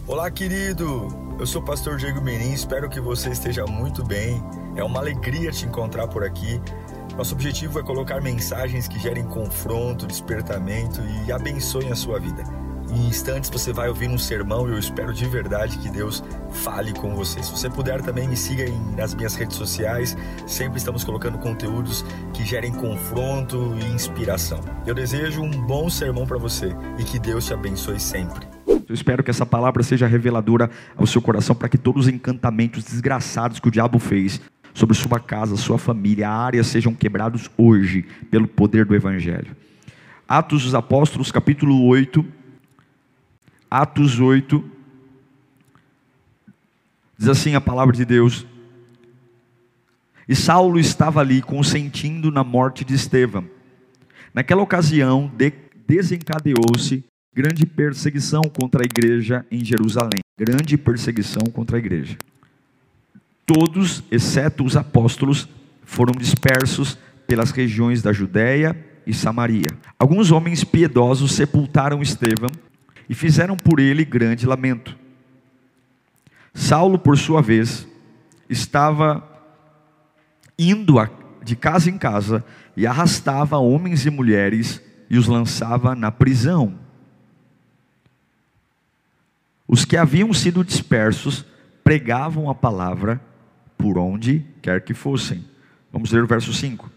Olá, querido! Eu sou o pastor Diego Menin, espero que você esteja muito bem. É uma alegria te encontrar por aqui. Nosso objetivo é colocar mensagens que gerem confronto, despertamento e abençoem a sua vida. Em instantes você vai ouvir um sermão e eu espero de verdade que Deus fale com você. Se você puder também me siga nas minhas redes sociais, sempre estamos colocando conteúdos que gerem confronto e inspiração. Eu desejo um bom sermão para você e que Deus te abençoe sempre. Eu espero que essa palavra seja reveladora ao seu coração para que todos os encantamentos desgraçados que o diabo fez sobre sua casa, sua família, a área sejam quebrados hoje pelo poder do Evangelho. Atos dos Apóstolos, capítulo 8. Atos 8, diz assim a palavra de Deus: e Saulo estava ali consentindo na morte de Estevão. Naquela ocasião desencadeou-se grande perseguição contra a igreja em Jerusalém. Grande perseguição contra a igreja. Todos, exceto os apóstolos, foram dispersos pelas regiões da Judéia e Samaria. Alguns homens piedosos sepultaram Estevão e fizeram por ele grande lamento. Saulo, por sua vez, estava indo de casa em casa e arrastava homens e mulheres e os lançava na prisão. Os que haviam sido dispersos pregavam a palavra por onde quer que fossem. Vamos ler o verso 5.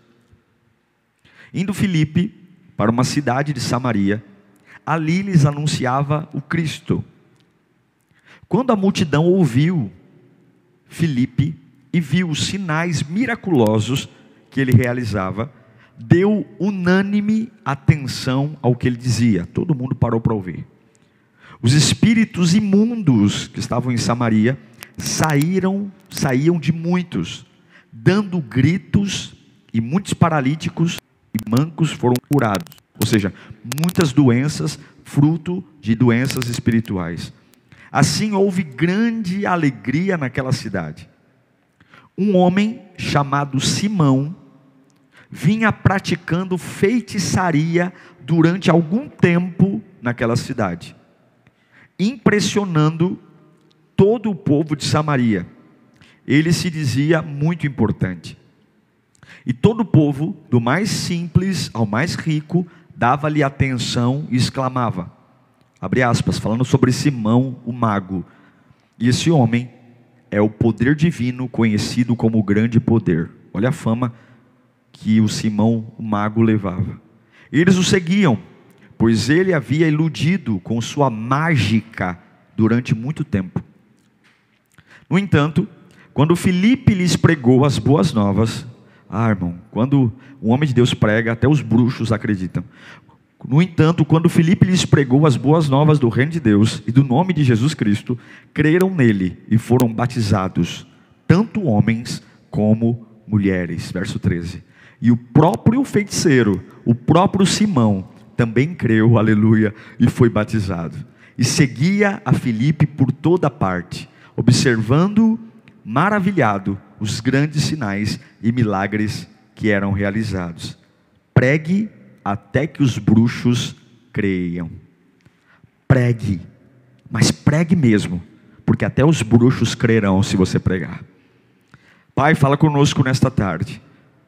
Indo Filipe para uma cidade de Samaria, ali lhes anunciava o Cristo. Quando a multidão ouviu Filipe e viu os sinais miraculosos que ele realizava, deu unânime atenção ao que ele dizia. Todo mundo parou para ouvir. Os espíritos imundos que estavam em Samaria saíam de muitos, dando gritos, e muitos paralíticos e mancos foram curados. Ou seja, muitas doenças, fruto de doenças espirituais. Assim houve grande alegria naquela cidade. Um homem chamado Simão vinha praticando feitiçaria durante algum tempo naquela cidade, impressionando todo o povo de Samaria. Ele se dizia muito importante. E todo o povo, do mais simples ao mais rico, dava-lhe atenção e exclamava, abre aspas, falando sobre Simão, o mago. E esse homem é o poder divino conhecido como o grande poder. Olha a fama que o Simão, o mago, levava. Eles o seguiam, pois ele havia iludido com sua mágica durante muito tempo. No entanto, quando Filipe lhes pregou as boas novas, irmão, quando um homem de Deus prega, até os bruxos acreditam. No entanto, quando Filipe lhes pregou as boas novas do reino de Deus e do nome de Jesus Cristo, creram nele e foram batizados, tanto homens como mulheres. Verso 13. E o próprio feiticeiro, o próprio Simão, também creu, aleluia, e foi batizado. E seguia a Filipe por toda parte, observando, maravilhado, os grandes sinais e milagres que eram realizados. Pregue até que os bruxos creiam. Pregue, mas pregue mesmo, porque até os bruxos crerão se você pregar. Pai, fala conosco nesta tarde.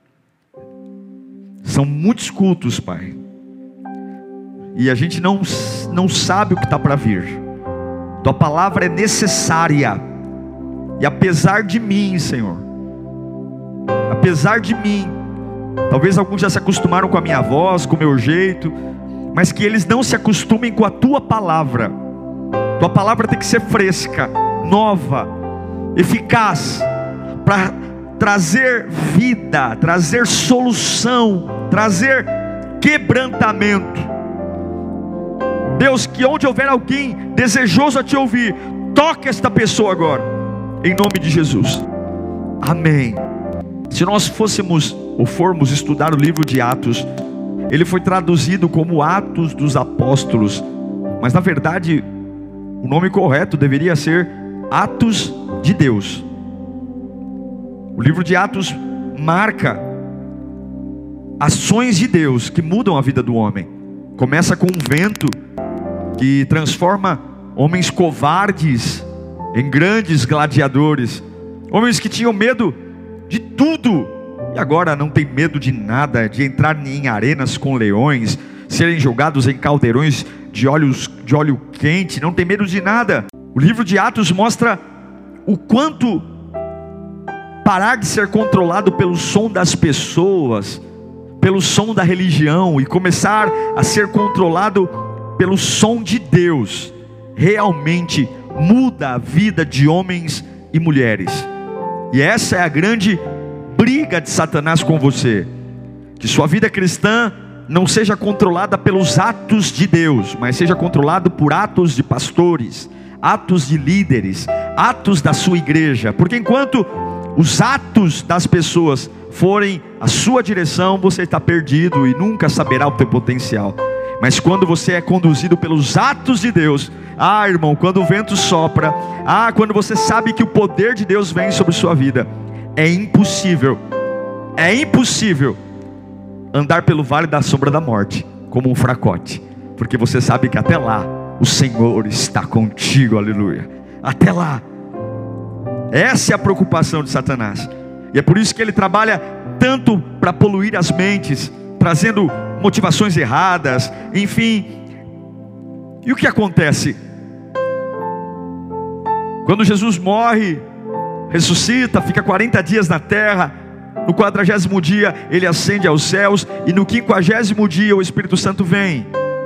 São muitos cultos, Pai, e a gente não sabe o que está para vir. Tua palavra é necessária. E apesar de mim, Senhor, apesar de mim, talvez alguns já se acostumaram com a minha voz, com o meu jeito, mas que eles não se acostumem com a Tua palavra. Tua palavra tem que ser fresca, nova, eficaz, para trazer vida, trazer solução, trazer quebrantamento. Deus, que onde houver alguém desejoso a Te ouvir, toque esta pessoa agora, em nome de Jesus, amém. Se nós fôssemos ou formos estudar o livro de Atos, ele foi traduzido como Atos dos Apóstolos, mas na verdade o nome correto deveria ser Atos de Deus. O livro de Atos marca ações de Deus que mudam a vida do homem. Começa com um vento que transforma homens covardes em grandes gladiadores, homens que tinham medo de tudo, e agora não tem medo de nada, de entrar em arenas com leões, serem jogados em caldeirões de óleo quente, não tem medo de nada. O livro de Atos mostra o quanto parar de ser controlado pelo som das pessoas, pelo som da religião, e começar a ser controlado pelo som de Deus, realmente muda a vida de homens e mulheres. E essa é a grande briga de Satanás com você, que sua vida cristã não seja controlada pelos atos de Deus, mas seja controlado por atos de pastores, atos de líderes, atos da sua igreja. Porque enquanto os atos das pessoas forem a sua direção, você está perdido e nunca saberá o teu potencial. Mas quando você é conduzido pelos atos de Deus, irmão, quando o vento sopra, quando você sabe que o poder de Deus vem sobre sua vida, é impossível andar pelo vale da sombra da morte como um fracote, porque você sabe que até lá o Senhor está contigo, aleluia. Até lá. Essa é a preocupação de Satanás, e é por isso que ele trabalha tanto para poluir as mentes, trazendo motivações erradas, enfim. E o que acontece? Quando Jesus morre, ressuscita, fica 40 dias na terra, no 40º dia ele ascende aos céus, e no 50º dia o Espírito Santo vem.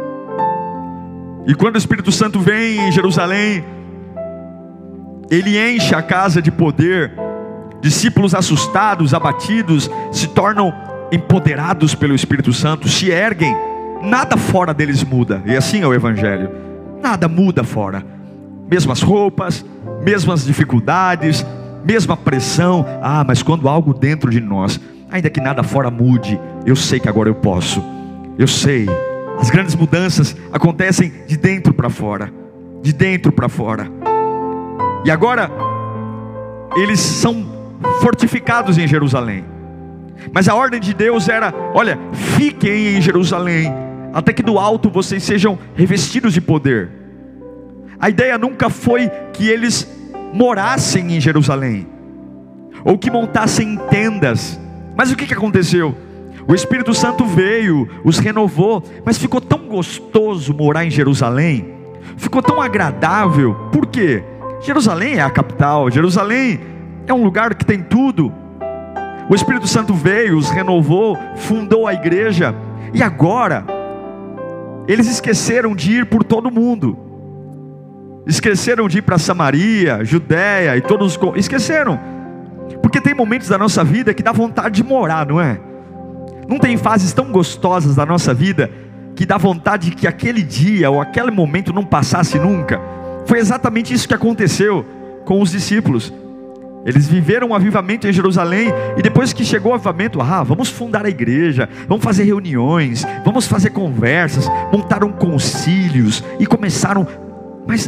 E quando o Espírito Santo vem em Jerusalém, ele enche a casa de poder. Discípulos assustados, abatidos, se tornam empoderados pelo Espírito Santo, se erguem, nada fora deles muda. E assim é o Evangelho, nada muda fora, mesmas roupas, mesmas dificuldades, mesma pressão. Mas quando algo dentro de nós, ainda que nada fora mude, eu sei que agora eu posso. Eu sei, as grandes mudanças acontecem de dentro para fora, de dentro para fora. E agora eles são fortificados em Jerusalém, mas a ordem de Deus era: olha, fiquem em Jerusalém, até que do alto vocês sejam revestidos de poder. A ideia nunca foi que eles morassem em Jerusalém, ou que montassem tendas. Mas o que aconteceu? O Espírito Santo veio, os renovou, mas ficou tão gostoso morar em Jerusalém, ficou tão agradável. Por quê? Jerusalém é a capital, Jerusalém é um lugar que tem tudo. O Espírito Santo veio, os renovou, fundou a igreja, e agora eles esqueceram de ir por todo mundo, esqueceram de ir para Samaria, Judéia e todos, esqueceram, porque tem momentos da nossa vida que dá vontade de morar, não é? Não tem fases tão gostosas da nossa vida que dá vontade de que aquele dia ou aquele momento não passasse nunca. Foi exatamente isso que aconteceu com os discípulos. Eles viveram um avivamento em Jerusalém, e depois que chegou o avivamento, vamos fundar a igreja, vamos fazer reuniões, vamos fazer conversas, montaram concílios e começaram. Mas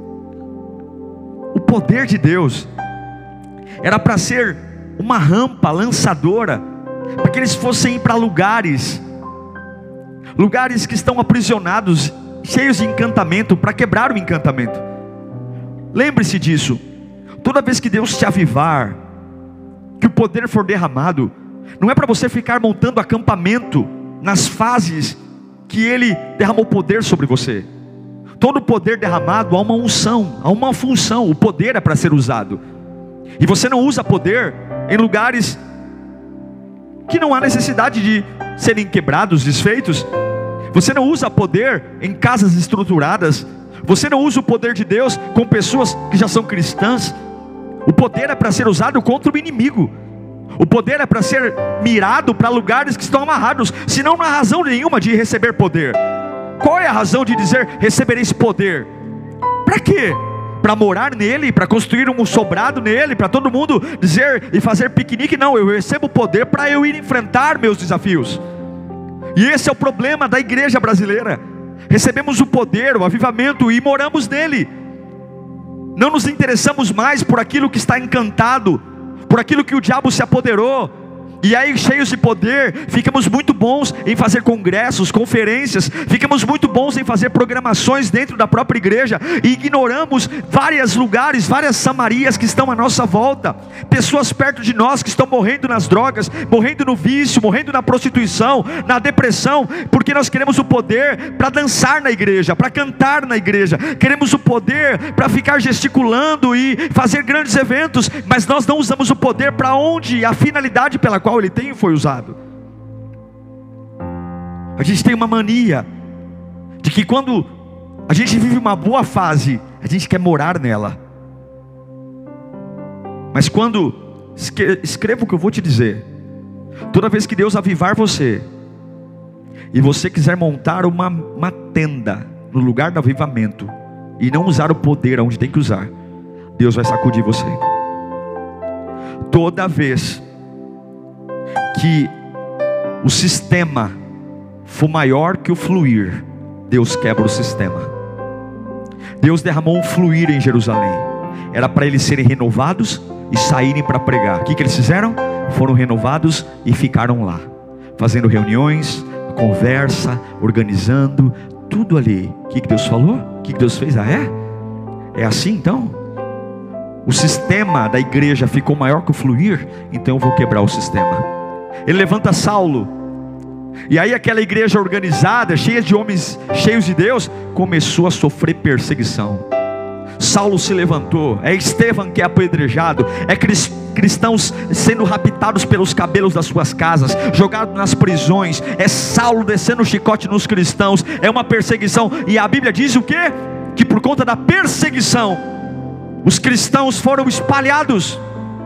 o poder de Deus era para ser uma rampa lançadora, para que eles fossem para lugares que estão aprisionados, cheios de encantamento, para quebrar o encantamento. Lembre-se disso. Toda vez que Deus te avivar, que o poder for derramado, não é para você ficar montando acampamento nas fases que Ele derramou poder sobre você. Todo poder derramado há uma unção, há uma função. O poder é para ser usado, e você não usa poder em lugares que não há necessidade de serem quebrados, desfeitos. Você não usa poder em casas estruturadas. Você não usa o poder de Deus com pessoas que já são cristãs. O poder é para ser usado contra o inimigo. O poder é para ser mirado para lugares que estão amarrados. Senão não há razão nenhuma de receber poder. Qual é a razão de dizer receberei esse poder? Para quê? Para morar nele, para construir um sobrado nele, para todo mundo dizer e fazer piquenique? Não, eu recebo poder para eu ir enfrentar meus desafios. E esse é o problema da igreja brasileira. Recebemos o poder, o avivamento, e moramos nele. Não nos interessamos mais por aquilo que está encantado, por aquilo que o diabo se apoderou. E aí, cheios de poder, ficamos muito bons em fazer congressos, conferências, ficamos muito bons em fazer programações dentro da própria igreja, e ignoramos vários lugares, várias Samarias que estão à nossa volta, pessoas perto de nós que estão morrendo nas drogas, morrendo no vício, morrendo na prostituição, na depressão, porque nós queremos o poder para dançar na igreja, para cantar na igreja, queremos o poder para ficar gesticulando e fazer grandes eventos, mas nós não usamos o poder para onde a finalidade pela qual ele foi usado. A gente tem uma mania de que quando a gente vive uma boa fase, a gente quer morar nela. Mas quando, escreva o que eu vou te dizer, toda vez que Deus avivar você, e você quiser montar uma tenda no lugar do avivamento, e não usar o poder onde tem que usar, Deus vai sacudir você. Toda vez que o sistema for maior que o fluir, Deus quebra o sistema. Deus derramou um fluir em Jerusalém, era para eles serem renovados e saírem para pregar. O que eles fizeram? Foram renovados e ficaram lá, fazendo reuniões, conversa, organizando, tudo ali. O que Deus falou? O que Deus fez? É assim então? O sistema da igreja ficou maior que o fluir, então eu vou quebrar o sistema. Ele levanta Saulo, e aí aquela igreja organizada, cheia de homens cheios de Deus, começou a sofrer perseguição. Saulo se levantou, é Estevão que é apedrejado, é cristãos sendo raptados pelos cabelos das suas casas, jogados nas prisões, é Saulo descendo o chicote nos cristãos, é uma perseguição. E a Bíblia diz o quê? Que por conta da perseguição, os cristãos foram espalhados.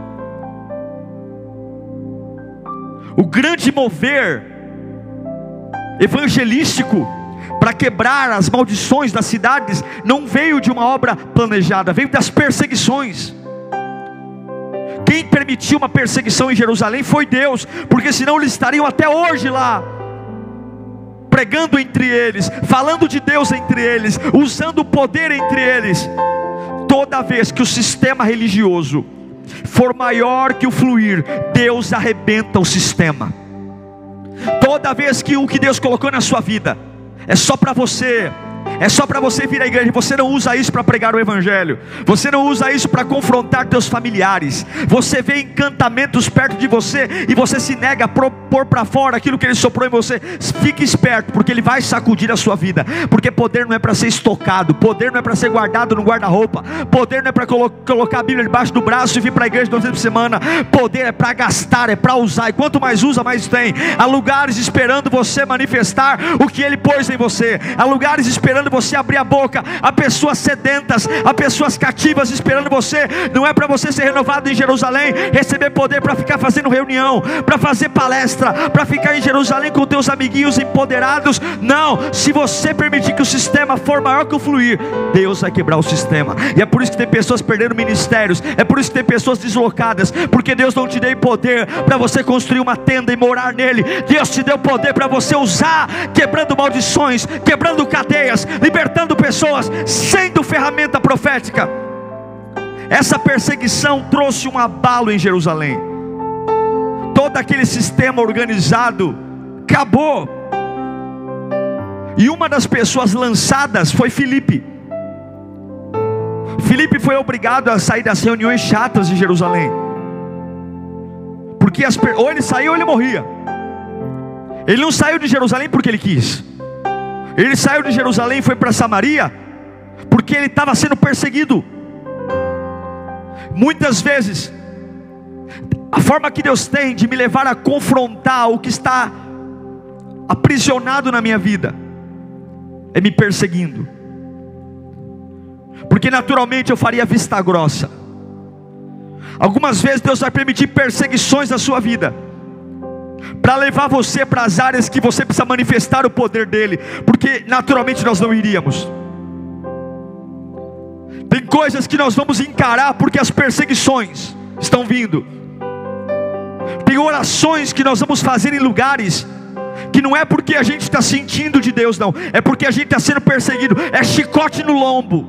O grande mover evangelístico para quebrar as maldições das cidades não veio de uma obra planejada, veio das perseguições. Quem permitiu uma perseguição em Jerusalém foi Deus, porque senão eles estariam até hoje lá, pregando entre eles, falando de Deus entre eles, usando o poder entre eles. Toda vez que o sistema religioso for maior que o fluir, Deus arrebenta o sistema. Toda vez que o que Deus colocou na sua vida é só para você, é só para você vir à igreja, você não usa isso para pregar o evangelho, você não usa isso para confrontar teus familiares, você vê encantamentos perto de você e você se nega a pôr para fora aquilo que ele soprou em você. Fique esperto, porque ele vai sacudir a sua vida, porque poder não é para ser estocado, poder não é para ser guardado no guarda-roupa, poder não é para colocar a Bíblia debaixo do braço e vir para a igreja 2 vezes por semana. Poder é para gastar, é para usar, e quanto mais usa, mais tem. Há lugares esperando você manifestar o que ele pôs em você, há lugares esperando você abrir a boca, há pessoas sedentas, há pessoas cativas esperando você. Não é para você ser renovado em Jerusalém, receber poder para ficar fazendo reunião, para fazer palestra, para ficar em Jerusalém com teus amiguinhos empoderados. Não, se você permitir que o sistema for maior que o fluir, Deus vai quebrar o sistema. E é por isso que tem pessoas perdendo ministérios, é por isso que tem pessoas deslocadas, porque Deus não te deu poder para você construir uma tenda e morar nele. Deus te deu poder para você usar, quebrando maldições, quebrando cadeias, libertando pessoas, sendo ferramenta profética. Essa perseguição trouxe um abalo em Jerusalém. Todo aquele sistema organizado acabou. E uma das pessoas lançadas foi Filipe. Filipe foi obrigado a sair das reuniões chatas de Jerusalém, porque ou ele saiu ou ele morria. Ele não saiu de Jerusalém porque ele quis. Ele saiu de Jerusalém e foi para Samaria porque ele estava sendo perseguido. Muitas vezes a forma que Deus tem de me levar a confrontar o que está aprisionado na minha vida é me perseguindo, porque naturalmente eu faria vista grossa. Algumas vezes Deus vai permitir perseguições na sua vida para levar você para as áreas que você precisa manifestar o poder dele, porque naturalmente nós não iríamos. Tem coisas que nós vamos encarar porque as perseguições estão vindo. Tem orações que nós vamos fazer em lugares que não é porque a gente está sentindo de Deus, não, é porque a gente está sendo perseguido, é chicote no lombo.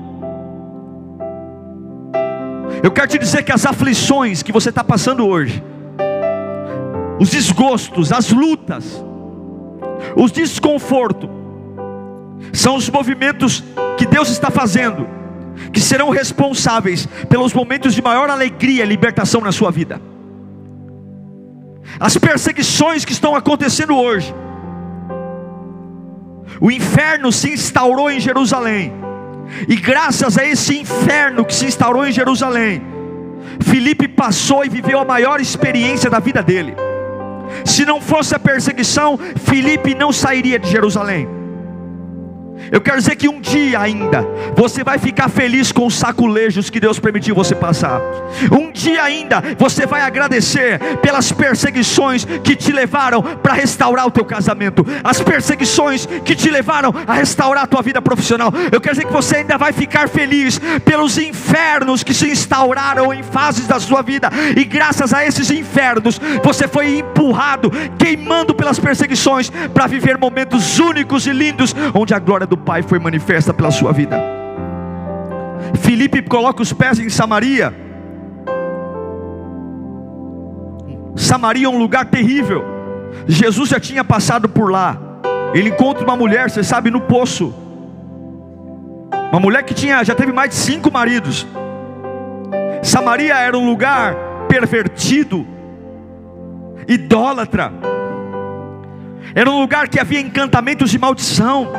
Eu quero te dizer que as aflições que você está passando hoje os desgostos, as lutas, os desconfortos, são os movimentos que Deus está fazendo, que serão responsáveis pelos momentos de maior alegria e libertação na sua vida. As perseguições que estão acontecendo hoje, o inferno se instaurou em Jerusalém, e graças a esse inferno que se instaurou em Jerusalém, Filipe passou e viveu a maior experiência da vida dele. Se não fosse a perseguição, Filipe não sairia de Jerusalém. Eu quero dizer que um dia ainda você vai ficar feliz com os saculejos que Deus permitiu você passar. Um dia ainda você vai agradecer pelas perseguições que te levaram para restaurar o teu casamento, as perseguições que te levaram a restaurar a tua vida profissional. Eu quero dizer que você ainda vai ficar feliz pelos infernos que se instauraram em fases da sua vida, e graças a esses infernos você foi empurrado, queimando pelas perseguições, para viver momentos únicos e lindos, onde a glória do Pai foi manifesta pela sua vida. Filipe coloca os pés em Samaria. Samaria é um lugar terrível. Jesus já tinha passado por lá. Ele encontra uma mulher, você sabe, no poço. Uma mulher que já teve mais de 5 maridos. Samaria era um lugar pervertido, idólatra. Era um lugar que havia encantamentos de maldição.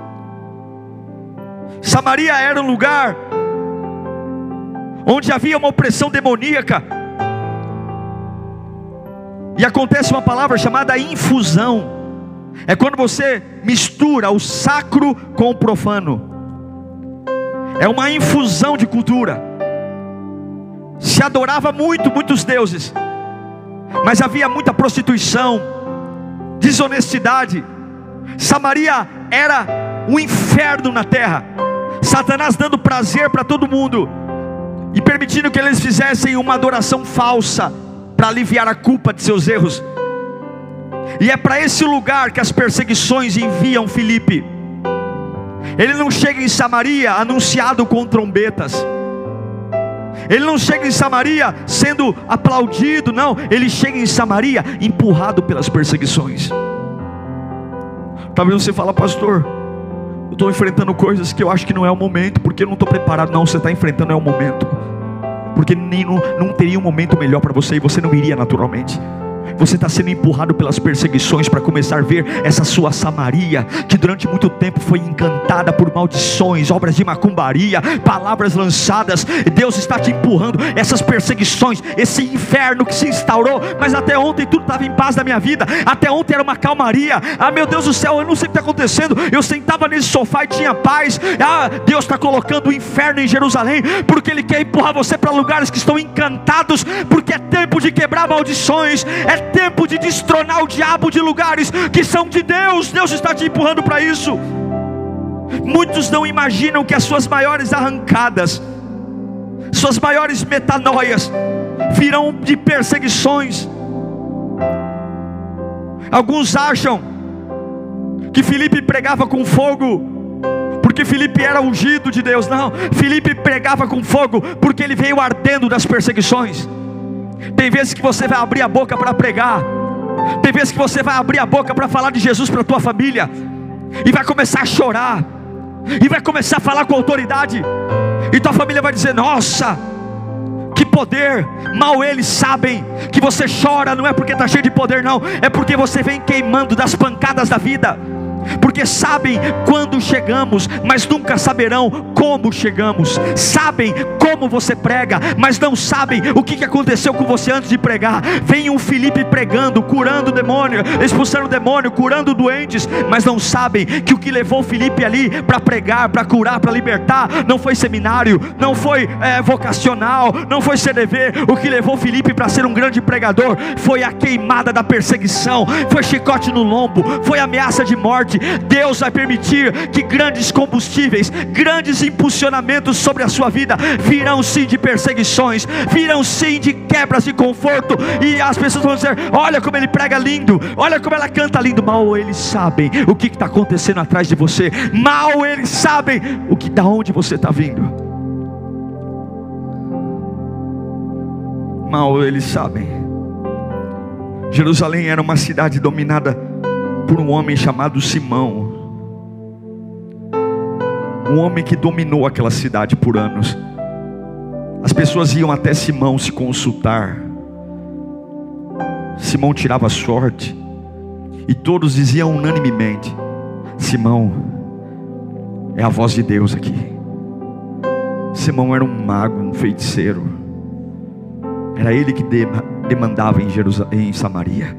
Samaria era um lugar onde havia uma opressão demoníaca. E acontece uma palavra chamada infusão. É quando você mistura o sacro com o profano. É uma infusão de cultura. Se adorava muitos deuses, mas havia muita prostituição, desonestidade. Samaria era um inferno na terra. Satanás dando prazer para todo mundo e permitindo que eles fizessem uma adoração falsa para aliviar a culpa de seus erros. E é para esse lugar que as perseguições enviam Filipe. Ele não chega em Samaria anunciado com trombetas. Ele não chega em Samaria sendo aplaudido, não. Ele chega em Samaria empurrado pelas perseguições. Talvez você fale: pastor, eu estou enfrentando coisas que eu acho que não é o momento, porque eu não estou preparado. Não, você está enfrentando, é o momento, porque não teria um momento melhor para você, e você não iria naturalmente. Você está sendo empurrado pelas perseguições para começar a ver essa sua Samaria, que durante muito tempo foi encantada por maldições, obras de macumbaria, palavras lançadas. Deus está te empurrando, essas perseguições, esse inferno que se instaurou. Mas até ontem tudo estava em paz na minha vida, até ontem era uma calmaria. Ah, meu Deus do céu, eu não sei o que está acontecendo. Eu sentava nesse sofá e tinha paz. Ah, Deus está colocando o inferno em Jerusalém, porque Ele quer empurrar você para lugares que estão encantados, porque é tempo de quebrar maldições, é tempo de destronar o diabo de lugares que são de Deus. Deus está te empurrando para isso. Muitos não imaginam que as suas maiores arrancadas, suas maiores metanoias virão de perseguições. Alguns acham que Filipe pregava com fogo porque Filipe era ungido de Deus. Não, Filipe pregava com fogo porque ele veio ardendo das perseguições. Tem vezes que você vai abrir a boca para pregar, tem vezes que você vai abrir a boca para falar de Jesus para a tua família, e vai começar a chorar, e vai começar a falar com autoridade, e tua família vai dizer: nossa, que poder. Mal eles sabem que você chora, não é porque está cheio de poder, não, é porque você vem queimando das pancadas da vida. Porque sabem quando chegamos, mas nunca saberão como chegamos. Sabem como você prega, mas não sabem o que aconteceu com você antes de pregar. Vem um Filipe pregando, curando demônio, expulsando demônio, curando doentes, mas não sabem que o que levou Filipe ali para pregar, para curar, para libertar, não foi seminário, não foi vocacional, não foi CDV. O que levou Filipe para ser um grande pregador foi a queimada da perseguição, foi chicote no lombo, foi ameaça de morte. Deus vai permitir que grandes combustíveis, grandes impulsionamentos sobre a sua vida virão sim de perseguições, virão sim de quebras de conforto. E as pessoas vão dizer: olha como ele prega lindo, olha como ela canta lindo. Mal eles sabem o que está acontecendo atrás de você. Mal eles sabem da onde você está vindo. Mal eles sabem. Jerusalém era uma cidade dominada por um homem chamado Simão. Um homem que dominou aquela cidade por anos. As pessoas iam até Simão se consultar. Simão tirava sorte. E todos diziam unanimemente: Simão é a voz de Deus aqui. Simão era um mago, um feiticeiro. Era ele que demandava em Samaria.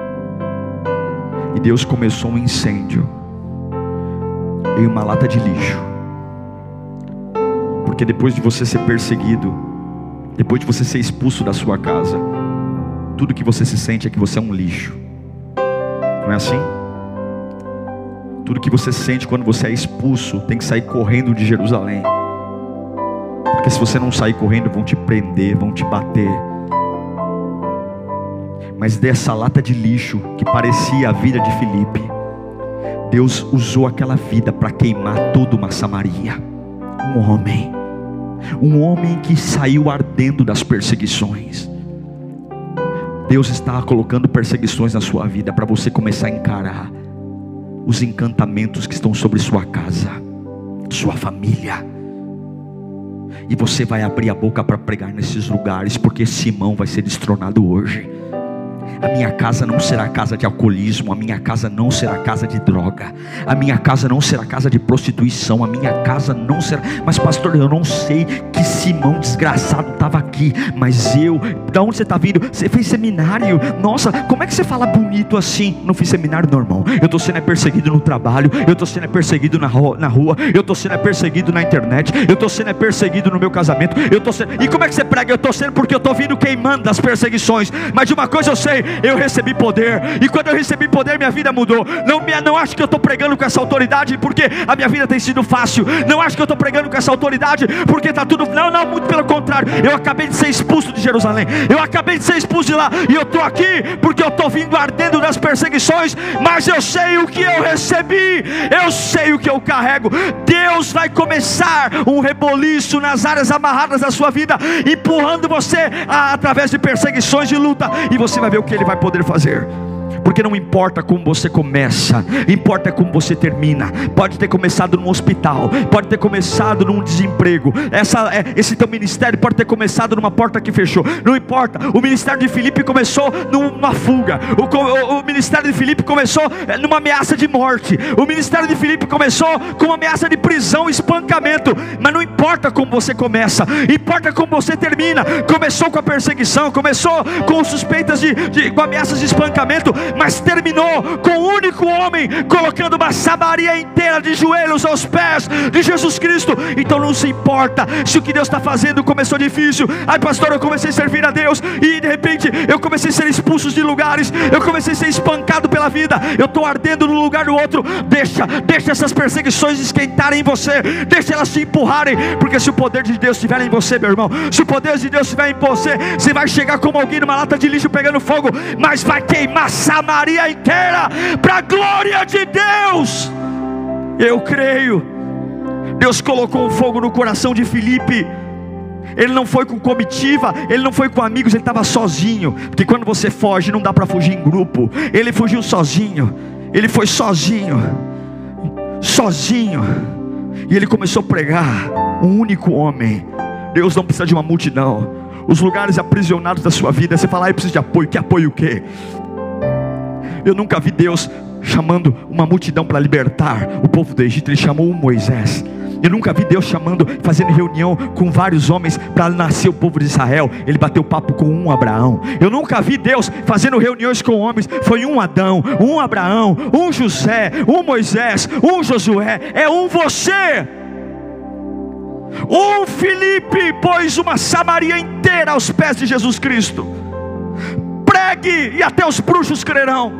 E Deus começou um incêndio em uma lata de lixo. Porque depois de você ser perseguido, depois de você ser expulso da sua casa, tudo que você se sente é que você é um lixo. Não é assim? Tudo que você sente quando você é expulso, tem que sair correndo de Jerusalém. Porque se você não sair correndo, vão te prender, vão te bater. Mas dessa lata de lixo, que parecia a vida de Filipe, Deus usou aquela vida para queimar toda uma Samaria. Um homem que saiu ardendo das perseguições. Deus está colocando perseguições na sua vida para você começar a encarar os encantamentos que estão sobre sua casa, sua família. E você vai abrir a boca para pregar nesses lugares, porque Simão vai ser destronado hoje. A minha casa não será casa de alcoolismo, a minha casa não será casa de droga, a minha casa não será casa de prostituição, a minha casa não será... Mas pastor, eu não sei que Simão desgraçado estava aqui, mas da onde você está vindo? Você fez seminário? Nossa, como é que você fala bonito assim? Não fiz seminário não, irmão. Eu estou sendo perseguido no trabalho, eu estou sendo perseguido na rua, eu estou sendo perseguido na internet, eu estou sendo perseguido no meu casamento, E como é que você prega? Eu estou sendo porque eu estou vindo queimando das perseguições. Mas de uma coisa eu sei, eu recebi poder, e quando eu recebi poder, minha vida mudou. Não acho que eu estou pregando com essa autoridade porque a minha vida tem sido fácil. Não acho que eu estou pregando com essa autoridade porque está tudo... Não, muito pelo contrário. Eu acabei de ser expulso de Jerusalém, eu acabei de ser expulso de lá, e eu estou aqui porque eu estou vindo ardendo das perseguições. Mas eu sei o que eu recebi, eu sei o que eu carrego. Deus vai começar um reboliço nas áreas amarradas da sua vida, empurrando você através de perseguições, de luta, e você vai ver o que Ele vai poder fazer. Porque não importa como você começa, importa como você termina. Pode ter começado num hospital, pode ter começado num desemprego, esse teu ministério pode ter começado numa porta que fechou. Não importa, o ministério de Filipe começou numa fuga, o ministério de Filipe começou numa ameaça de morte, o ministério de Filipe começou com uma ameaça de prisão, espancamento. Mas não importa como você começa, importa como você termina. Começou com a perseguição, começou com suspeitas com ameaças de espancamento, mas terminou com um único homem colocando uma Samaria inteira de joelhos aos pés de Jesus Cristo. Então não se importa se o que Deus está fazendo começou difícil. Ai pastor, eu comecei a servir a Deus e de repente eu comecei a ser expulso de lugares, eu comecei a ser espancado pela vida, eu estou ardendo num lugar do outro. Deixa essas perseguições esquentarem em você, deixa elas te empurrarem, porque se o poder de Deus estiver em você, meu irmão, se o poder de Deus estiver em você, você vai chegar como alguém numa lata de lixo pegando fogo, mas vai queimar Samaria inteira para a glória de Deus. Eu creio. Deus colocou um fogo no coração de Filipe. Ele não foi com comitiva, ele não foi com amigos, ele estava sozinho. Porque quando você foge, não dá para fugir em grupo. Ele fugiu sozinho, ele foi sozinho. E ele começou a pregar um único homem. Deus não precisa de uma multidão. Os lugares aprisionados da sua vida, você fala, eu preciso de apoio. Que apoio o quê? Eu nunca vi Deus chamando uma multidão para libertar o povo do Egito. Ele chamou um Moisés. Eu nunca vi Deus fazendo reunião com vários homens para nascer o povo de Israel. Ele bateu papo com um Abraão. Eu nunca vi Deus fazendo reuniões com homens. Foi um Adão, um Abraão, um José, um Moisés, um Josué. É um você. Um Filipe pôs uma Samaria inteira aos pés de Jesus Cristo. Pregue e até os bruxos crerão.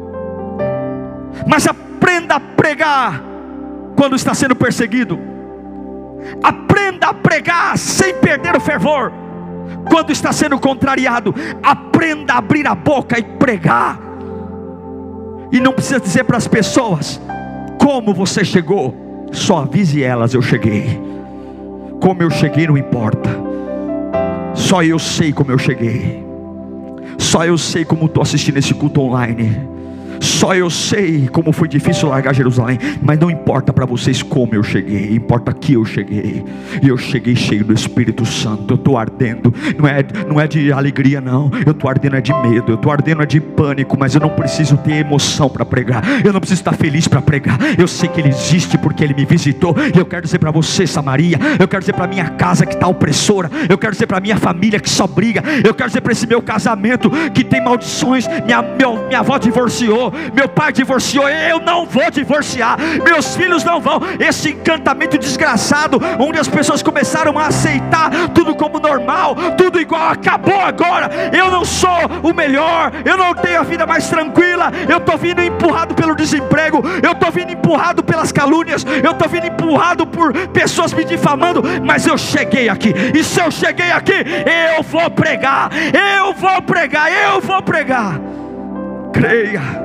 Mas aprenda a pregar quando está sendo perseguido. Aprenda a pregar sem perder o fervor quando está sendo contrariado. Aprenda a abrir a boca e pregar. E não precisa dizer para as pessoas como você chegou, só avise elas: eu cheguei. Como eu cheguei não importa, só eu sei como eu cheguei. Só eu sei como estou assistindo esse culto online. Só eu sei como foi difícil largar Jerusalém. Mas não importa para vocês como eu cheguei, importa que eu cheguei. E eu cheguei cheio do Espírito Santo. Eu estou ardendo, não é de alegria não. Eu estou ardendo é de medo, eu estou ardendo é de pânico. Mas eu não preciso ter emoção para pregar. Eu não preciso estar feliz para pregar. Eu sei que Ele existe porque Ele me visitou. E eu quero dizer para você, Samaria, eu quero dizer para minha casa que está opressora, eu quero dizer para minha família que só briga, eu quero dizer para esse meu casamento que tem maldições. Minha avó divorciou, meu pai divorciou, eu não vou divorciar, meus filhos não vão. Esse encantamento desgraçado, onde as pessoas começaram a aceitar tudo como normal, tudo igual, acabou agora. Eu não sou o melhor, eu não tenho a vida mais tranquila, eu estou vindo empurrado pelo desemprego, eu estou vindo empurrado pelas calúnias, eu estou vindo empurrado por pessoas me difamando. Mas eu cheguei aqui, e se eu cheguei aqui, eu vou pregar, eu vou pregar, eu vou pregar. Creia.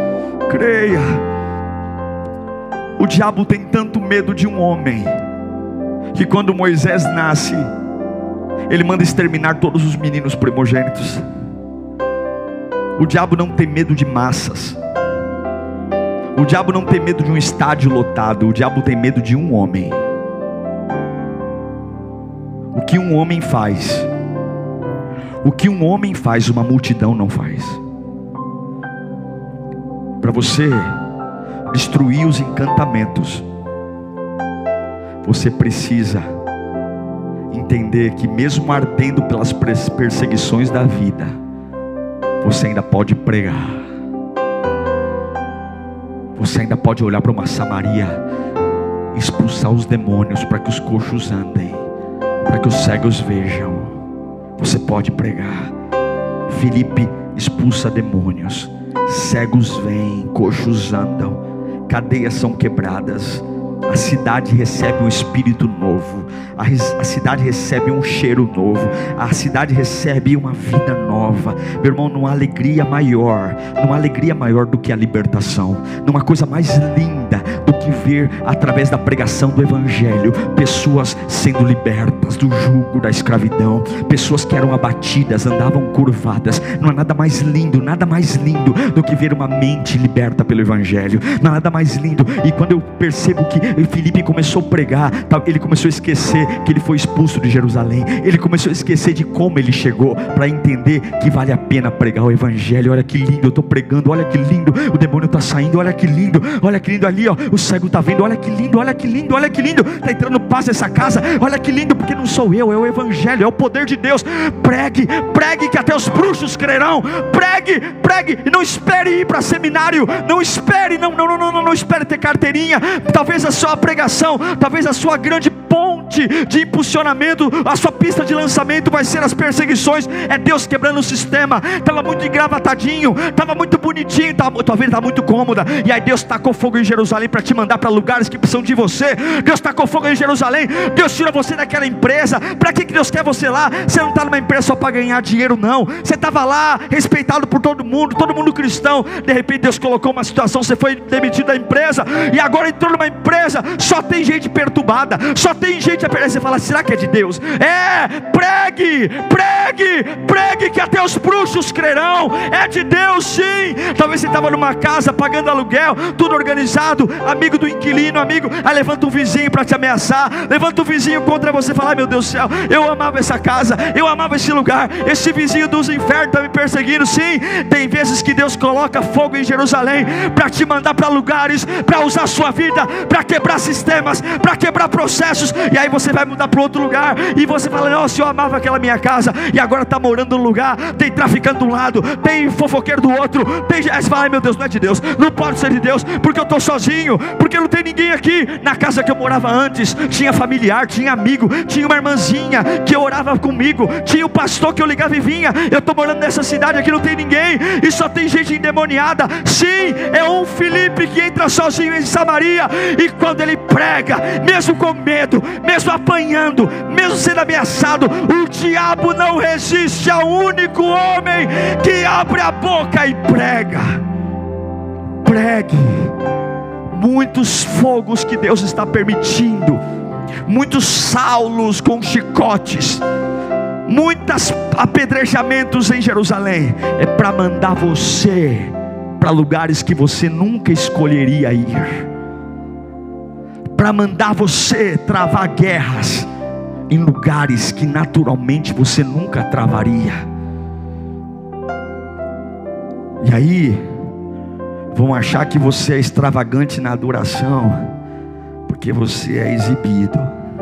O diabo tem tanto medo de um homem, que quando Moisés nasce, ele manda exterminar todos os meninos primogênitos. O diabo não tem medo de massas. O diabo não tem medo de um estádio lotado. O diabo tem medo de um homem. O que um homem faz, uma multidão não faz. Para você destruir os encantamentos, você precisa entender que mesmo ardendo pelas perseguições da vida, você ainda pode pregar. Você ainda pode olhar para uma Samaria, expulsar os demônios para que os coxos andem, para que os cegos vejam. Você pode pregar. Filipe expulsa demônios, cegos vêm, coxos andam, cadeias são quebradas, a cidade recebe um espírito novo, a cidade recebe um cheiro novo, a cidade recebe uma vida nova. Meu irmão, não há alegria maior do que a libertação. Não há coisa mais linda do que ver através da pregação do Evangelho pessoas sendo libertas do jugo da escravidão, pessoas que eram abatidas, andavam curvadas. Não há nada mais lindo do que ver uma mente liberta pelo Evangelho. Não há nada mais lindo. E quando eu percebo que Filipe começou a pregar, ele começou a esquecer que ele foi expulso de Jerusalém, ele começou a esquecer de como ele chegou, para entender que vale a pena pregar o Evangelho. Olha que lindo, eu estou pregando, olha que lindo, o demônio está saindo, olha que lindo ali, ó, o cego está vendo, olha que lindo, está entrando paz nessa casa, olha que lindo, porque não sou eu, é o Evangelho, é o poder de Deus. Pregue que até os bruxos crerão. Pregue, e não espere ir para seminário, não espere ter carteirinha. Talvez a sua pregação, talvez a sua grande ponte de impulsionamento, a sua pista de lançamento vai ser as perseguições. É Deus quebrando o sistema. Estava muito engravatadinho, estava muito bonitinho, tua vida está muito cômoda, e aí Deus tacou fogo em Jerusalém para te mandar para lugares que precisam de você. Deus tacou fogo em Jerusalém, Deus tira você daquela empresa. Para que Deus quer você lá? Você não está numa empresa só para ganhar dinheiro, não. Você estava lá, respeitado por todo mundo cristão. De repente Deus colocou uma situação, você foi demitido da empresa, e agora entrou numa empresa, só tem gente perturbada, só tem gente a perder. Você fala, será que é de Deus? Pregue que até os bruxos crerão. É de Deus, sim. Talvez você estava numa casa pagando aluguel, tudo organizado, amigo do inquilino, aí levanta um vizinho para te ameaçar, levanta um vizinho contra você, fala, meu Deus do céu, eu amava essa casa, eu amava esse lugar, esse vizinho dos infernos está me perseguindo. Sim, tem vezes que Deus coloca fogo em Jerusalém para te mandar para lugares, para usar a sua vida, para quebrar sistemas, para quebrar processos. E aí você vai mudar para outro lugar, e você fala, nossa, eu amava aquela minha casa, e agora está morando num lugar, tem traficante de um lado, tem fofoqueiro do outro, tem... Aí você fala, ai meu Deus, não é de Deus, não pode ser de Deus, porque eu estou sozinho, porque não tem ninguém aqui. Na casa que eu morava antes, tinha familiar, tinha amigo, tinha uma irmãzinha que orava comigo, tinha o pastor que eu ligava e vinha. Eu estou morando nessa cidade aqui, não tem ninguém, e só tem gente endemoniada. Sim, é um Filipe que entra sozinho em Samaria, e quando ele prega, mesmo com medo, mesmo apanhando, mesmo sendo ameaçado, o diabo não resiste ao único homem que abre a boca e prega. Pregue. Muitos fogos que Deus está permitindo, muitos Saulos com chicotes, muitos apedrejamentos em Jerusalém, é para mandar você para lugares que você nunca escolheria ir, para mandar você travar guerras em lugares que naturalmente você nunca travaria. E aí vão achar que você é extravagante na adoração, porque você é exibido.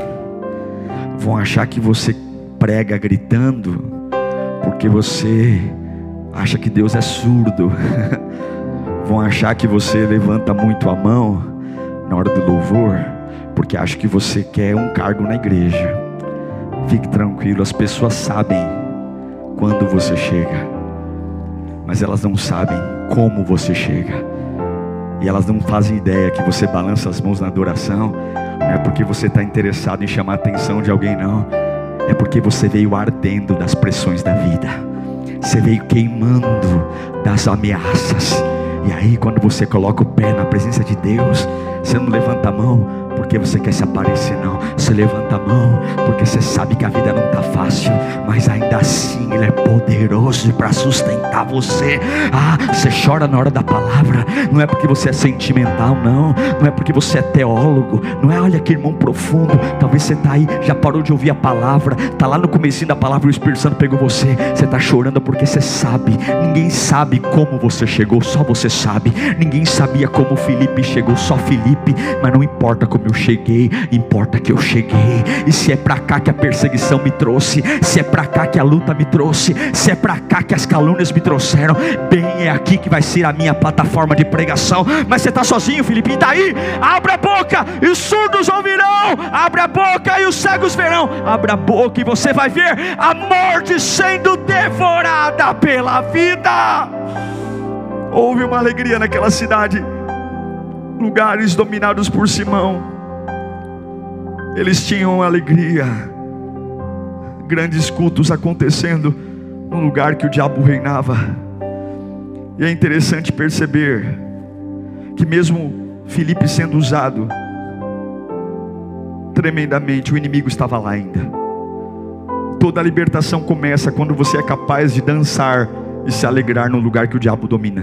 Vão achar que você prega gritando, porque você acha que Deus é surdo. Vão achar que você levanta muito a mão na hora do louvor, porque acha que você quer um cargo na igreja. Fique tranquilo, as pessoas sabem quando você chega, mas elas não sabem como você chega. E elas não fazem ideia que você balança as mãos na adoração. Não é porque você está interessado em chamar a atenção de alguém, não. É porque você veio ardendo das pressões da vida. Você veio queimando das ameaças. E aí quando você coloca o pé na presença de Deus, você não levanta a mão porque você quer se aparecer, não. Você levanta a mão porque você sabe que a vida não está fácil, mas ainda assim Ele é poderoso para sustentar você. Você chora na hora da palavra, não é porque você é sentimental, não. Não é porque você é teólogo, não é, olha que irmão profundo. Talvez você está aí, já parou de ouvir a palavra, está lá no comecinho da palavra e o Espírito Santo pegou você. Você está chorando porque você sabe. Ninguém sabe como você chegou, só você sabe. Ninguém sabia como Filipe chegou, só Filipe. Mas não importa como eu cheguei, importa que eu cheguei. E se é pra cá que a perseguição me trouxe, se é pra cá que a luta me trouxe, se é pra cá que as calúnias me trouxeram, bem é aqui que vai ser a minha plataforma de pregação. Mas você está sozinho, Filipe? E daí? Abre a boca e os surdos ouvirão, abre a boca e os cegos verão. Abre a boca e você vai ver a morte sendo devorada pela vida. Houve uma alegria naquela cidade. Lugares dominados por Simão, eles tinham alegria. Grandes cultos acontecendo num lugar que o diabo reinava. E é interessante perceber que mesmo Filipe sendo usado tremendamente, o inimigo estava lá ainda. Toda a libertação começa quando você é capaz de dançar e se alegrar no lugar que o diabo domina.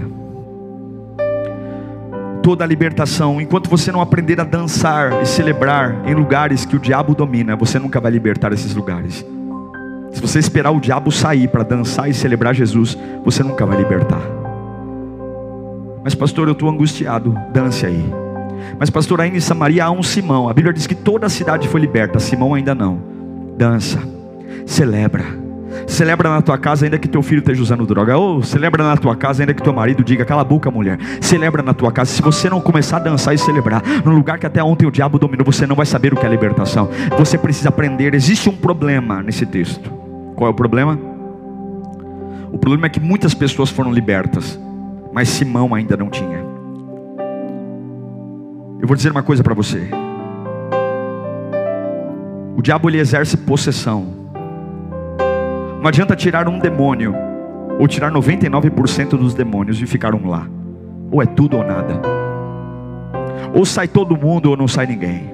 Toda a libertação, enquanto você não aprender a dançar e celebrar em lugares que o diabo domina, você nunca vai libertar esses lugares. Se você esperar o diabo sair para dançar e celebrar Jesus, você nunca vai libertar. Mas pastor, eu estou angustiado. Dance aí. Mas pastor, aí em Samaria há um Simão. A Bíblia diz que toda a cidade foi liberta, Simão ainda não. Dança, celebra. Celebra na tua casa ainda que teu filho esteja usando droga. Ou celebra na tua casa ainda que teu marido diga, cala a boca, mulher. Celebra na tua casa. Se você não começar a dançar e celebrar no lugar que até ontem o diabo dominou, você não vai saber o que é libertação. Você precisa aprender. Existe um problema nesse texto. Qual é o problema? O problema é que muitas pessoas foram libertas, mas Simão ainda não tinha. Eu vou dizer uma coisa para você. O diabo, ele exerce possessão. Não adianta tirar um demônio ou tirar 99% dos demônios e ficar um lá. Ou é tudo ou nada. Ou sai todo mundo ou não sai ninguém.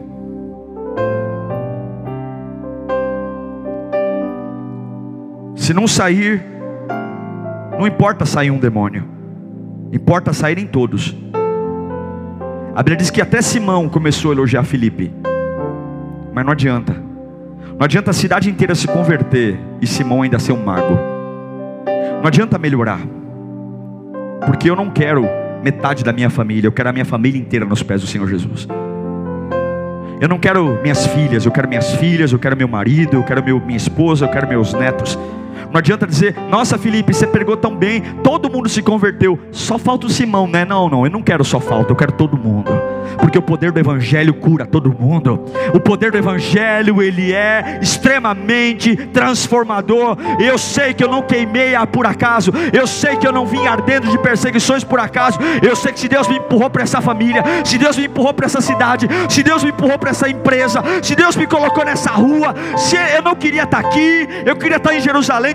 Se não sair, não importa sair um demônio, importa saírem todos. A Bíblia diz que até Simão começou a elogiar Filipe. Mas não adianta. Não adianta a cidade inteira se converter e Simão ainda ser um mago. Não adianta melhorar, porque eu não quero metade da minha família, eu quero a minha família inteira nos pés do Senhor Jesus. Eu não quero minhas filhas, eu quero minhas filhas, eu quero meu marido, eu quero minha esposa, eu quero meus netos. Não adianta dizer, nossa Filipe, você pregou tão bem, todo mundo se converteu, só falta o Simão, né? Não, eu não quero só falta, eu quero todo mundo. Porque o poder do Evangelho cura todo mundo. O poder do Evangelho, ele é extremamente transformador. Eu sei que eu não queimei por acaso. Eu sei que eu não vim ardendo de perseguições por acaso. Eu sei que se Deus me empurrou para essa família, se Deus me empurrou para essa cidade, se Deus me empurrou para essa empresa, se Deus me colocou nessa rua, se eu não queria estar aqui, eu queria estar em Jerusalém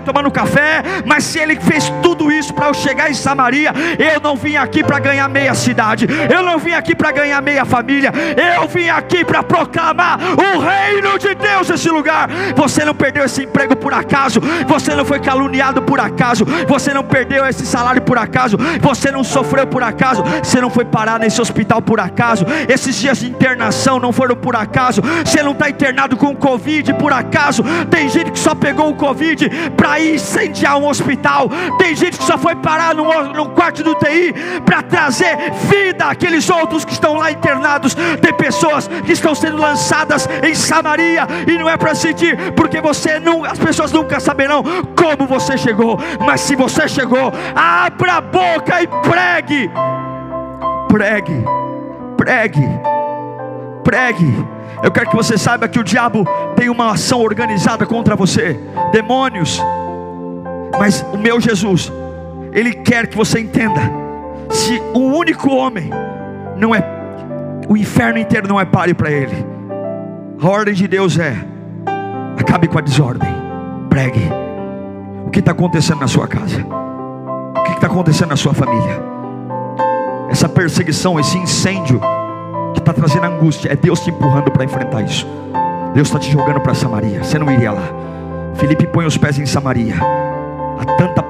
tomando café, mas se ele fez tudo isso para eu chegar em Samaria, eu não vim aqui para ganhar meia cidade, eu não vim aqui para ganhar meia família, eu vim aqui para proclamar o reino de Deus nesse lugar. Você não perdeu esse emprego por acaso, você não foi caluniado por acaso, você não perdeu esse salário por acaso, você não sofreu por acaso, você não foi parar nesse hospital por acaso, esses dias de internação não foram por acaso, você não está internado com Covid por acaso. Tem gente que só pegou o Covid para ir incendiar um hospital, tem gente que só foi parar num quarto do UTI para trazer vida àqueles outros que estão lá internados. Tem pessoas que estão sendo lançadas em Samaria, e não é para sentir, porque as pessoas nunca saberão como você chegou, mas se você chegou, abra a boca e pregue, pregue, pregue, pregue. Eu quero que você saiba que o diabo tem uma ação organizada contra você, demônios, mas o meu Jesus, ele quer que você entenda: se o único homem não é, o inferno inteiro não é páreo para ele. A ordem de Deus é: acabe com a desordem, pregue. O que está acontecendo na sua casa? O que está acontecendo na sua família? Essa perseguição, esse incêndio que está trazendo angústia, é Deus te empurrando para enfrentar isso. Deus está te jogando para Samaria. Você não iria lá. Filipe põe os pés em Samaria. Há tanta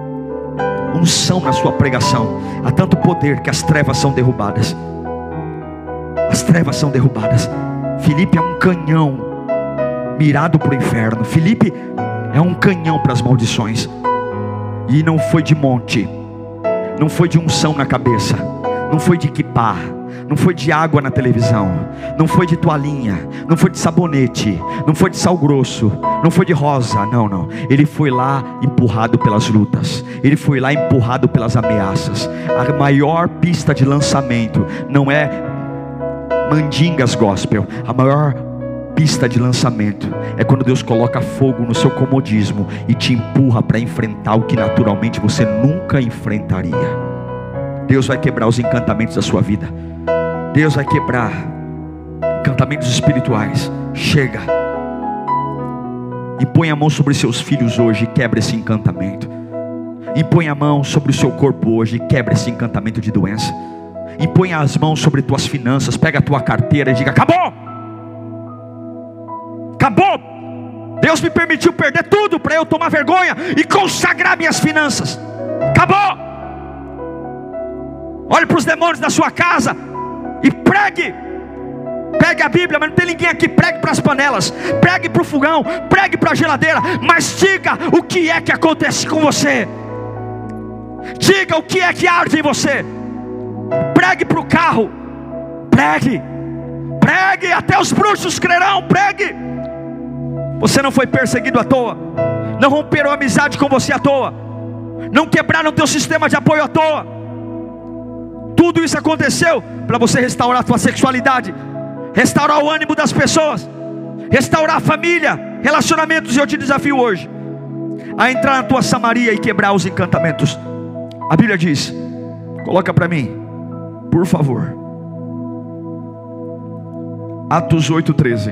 unção na sua pregação, há tanto poder, que as trevas são derrubadas. As trevas são derrubadas. Filipe é um canhão mirado para o inferno. Filipe é um canhão para as maldições. E não foi de monte, não foi de unção na cabeça, não foi de equipar, não foi de água na televisão, não foi de toalhinha, não foi de sabonete, não foi de sal grosso, não foi de rosa, não. Ele foi lá empurrado pelas lutas, ele foi lá empurrado pelas ameaças. A maior pista de lançamento não é Mandingas Gospel. A maior pista de lançamento é quando Deus coloca fogo no seu comodismo e te empurra para enfrentar o que naturalmente você nunca enfrentaria. Deus vai quebrar os encantamentos da sua vida. Deus vai quebrar encantamentos espirituais. Chega e põe a mão sobre seus filhos hoje e quebra esse encantamento. E põe a mão sobre o seu corpo hoje e quebra esse encantamento de doença. E põe as mãos sobre tuas finanças. Pega a tua carteira e diga: acabou, acabou. Deus me permitiu perder tudo para eu tomar vergonha e consagrar minhas finanças. Acabou. Olhe para os demônios da sua casa e pregue. Pegue a Bíblia, mas não tem ninguém aqui. Pregue para as panelas, pregue para o fogão, pregue para a geladeira, mas diga o que é que acontece com você. Diga o que é que arde em você. Pregue para o carro, pregue, pregue, até os bruxos crerão. Pregue. Você não foi perseguido à toa, não romperam amizade com você à toa, não quebraram teu sistema de apoio à toa. Tudo isso aconteceu para você restaurar a tua sexualidade, restaurar o ânimo das pessoas, restaurar a família, relacionamentos. E eu te desafio hoje a entrar na tua Samaria e quebrar os encantamentos. A Bíblia diz, coloca para mim, por favor, Atos 8:13.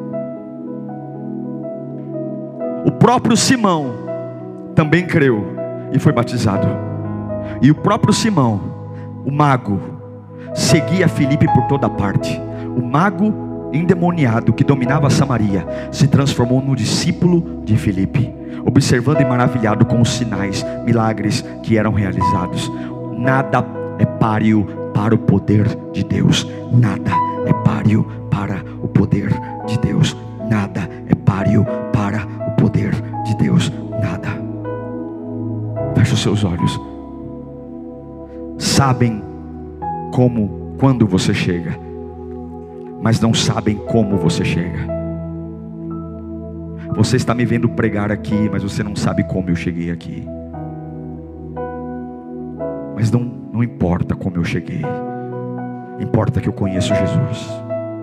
O próprio Simão também creu e foi batizado. E o próprio Simão, o mago, seguia Filipe por toda parte. O mago endemoniado que dominava Samaria se transformou no discípulo de Filipe, observando e maravilhado com os sinais, milagres que eram realizados. Nada é páreo para o poder de Deus. Nada é páreo para o poder de Deus. Nada é páreo para o poder de Deus. Nada. Feche os seus olhos. Sabem quando você chega, mas não sabem como você chega. Você está me vendo pregar aqui, mas você não sabe como eu cheguei aqui. Mas não importa como eu cheguei, importa que eu conheço Jesus.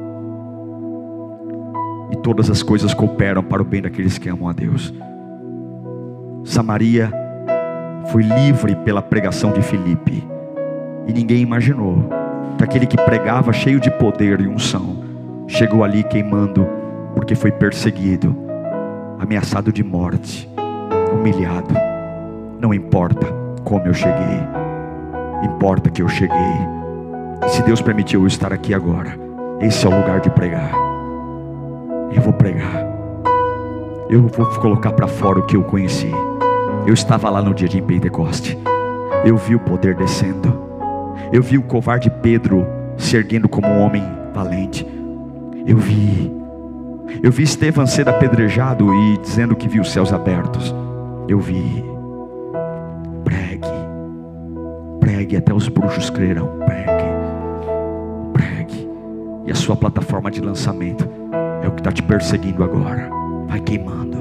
E todas as coisas cooperam para o bem daqueles que amam a Deus. Samaria foi livre pela pregação de Filipe. E ninguém imaginou que aquele que pregava cheio de poder e unção chegou ali queimando, porque foi perseguido, ameaçado de morte. humilhado. Não importa como eu cheguei, importa que eu cheguei. E se Deus permitiu eu estar aqui agora, esse é o lugar de pregar. Eu vou pregar. Eu vou colocar para fora o que eu conheci. Eu estava lá no dia de Pentecoste. Eu vi o poder descendo. Eu vi o covarde Pedro se erguendo como um homem valente. Eu vi Estevão ser apedrejado e dizendo que viu os céus abertos. Eu vi. Pregue, até os bruxos crerão. Pregue. E a sua plataforma de lançamento é o que está te perseguindo agora. Vai queimando.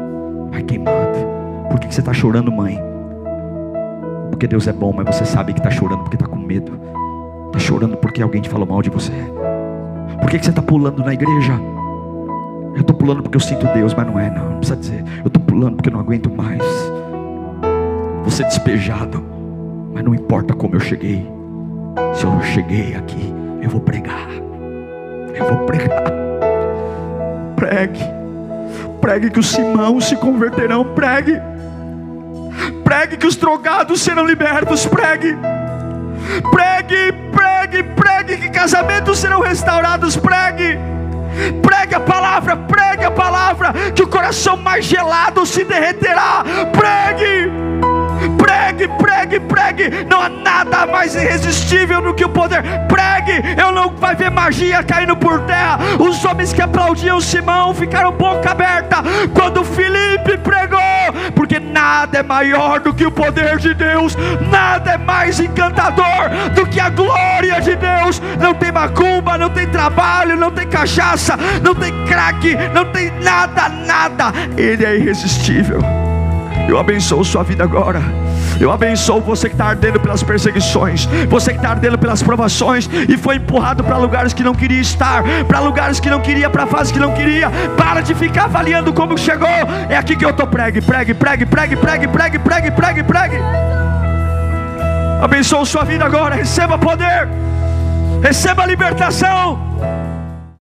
Por que você está chorando, mãe? Porque Deus é bom, mas você sabe que está chorando porque está com medo. Está chorando porque alguém te falou mal de você. Por que você está pulando na igreja? Eu estou pulando porque eu sinto Deus, mas não precisa dizer. Eu estou pulando porque eu não aguento mais. Vou ser despejado, mas não importa como eu cheguei. Se eu cheguei aqui, eu vou pregar. Pregue que os irmãos se converterão. Pregue que os drogados serão libertos. Pregue que casamentos serão restaurados. Pregue a palavra, que o coração mais gelado se derreterá. Pregue. Não há nada mais irresistível do que o poder. Pregue. Eu não vai ver magia caindo por terra. Os homens que aplaudiam Simão ficaram boca aberta quando Filipe pregou, porque nada é maior do que o poder de Deus. Nada é mais encantador do que a glória de Deus. Não tem macumba, não tem trabalho, não tem cachaça, não tem crack, não tem nada. Ele é irresistível. Eu abençoo sua vida agora. Eu abençoo você que está ardendo pelas perseguições, você que está ardendo pelas provações e foi empurrado para lugares que não queria estar, para lugares que não queria, para fases que não queria. Para de ficar avaliando como chegou. É aqui que eu estou. Pregue. Abençoo sua vida agora. Receba poder, receba libertação.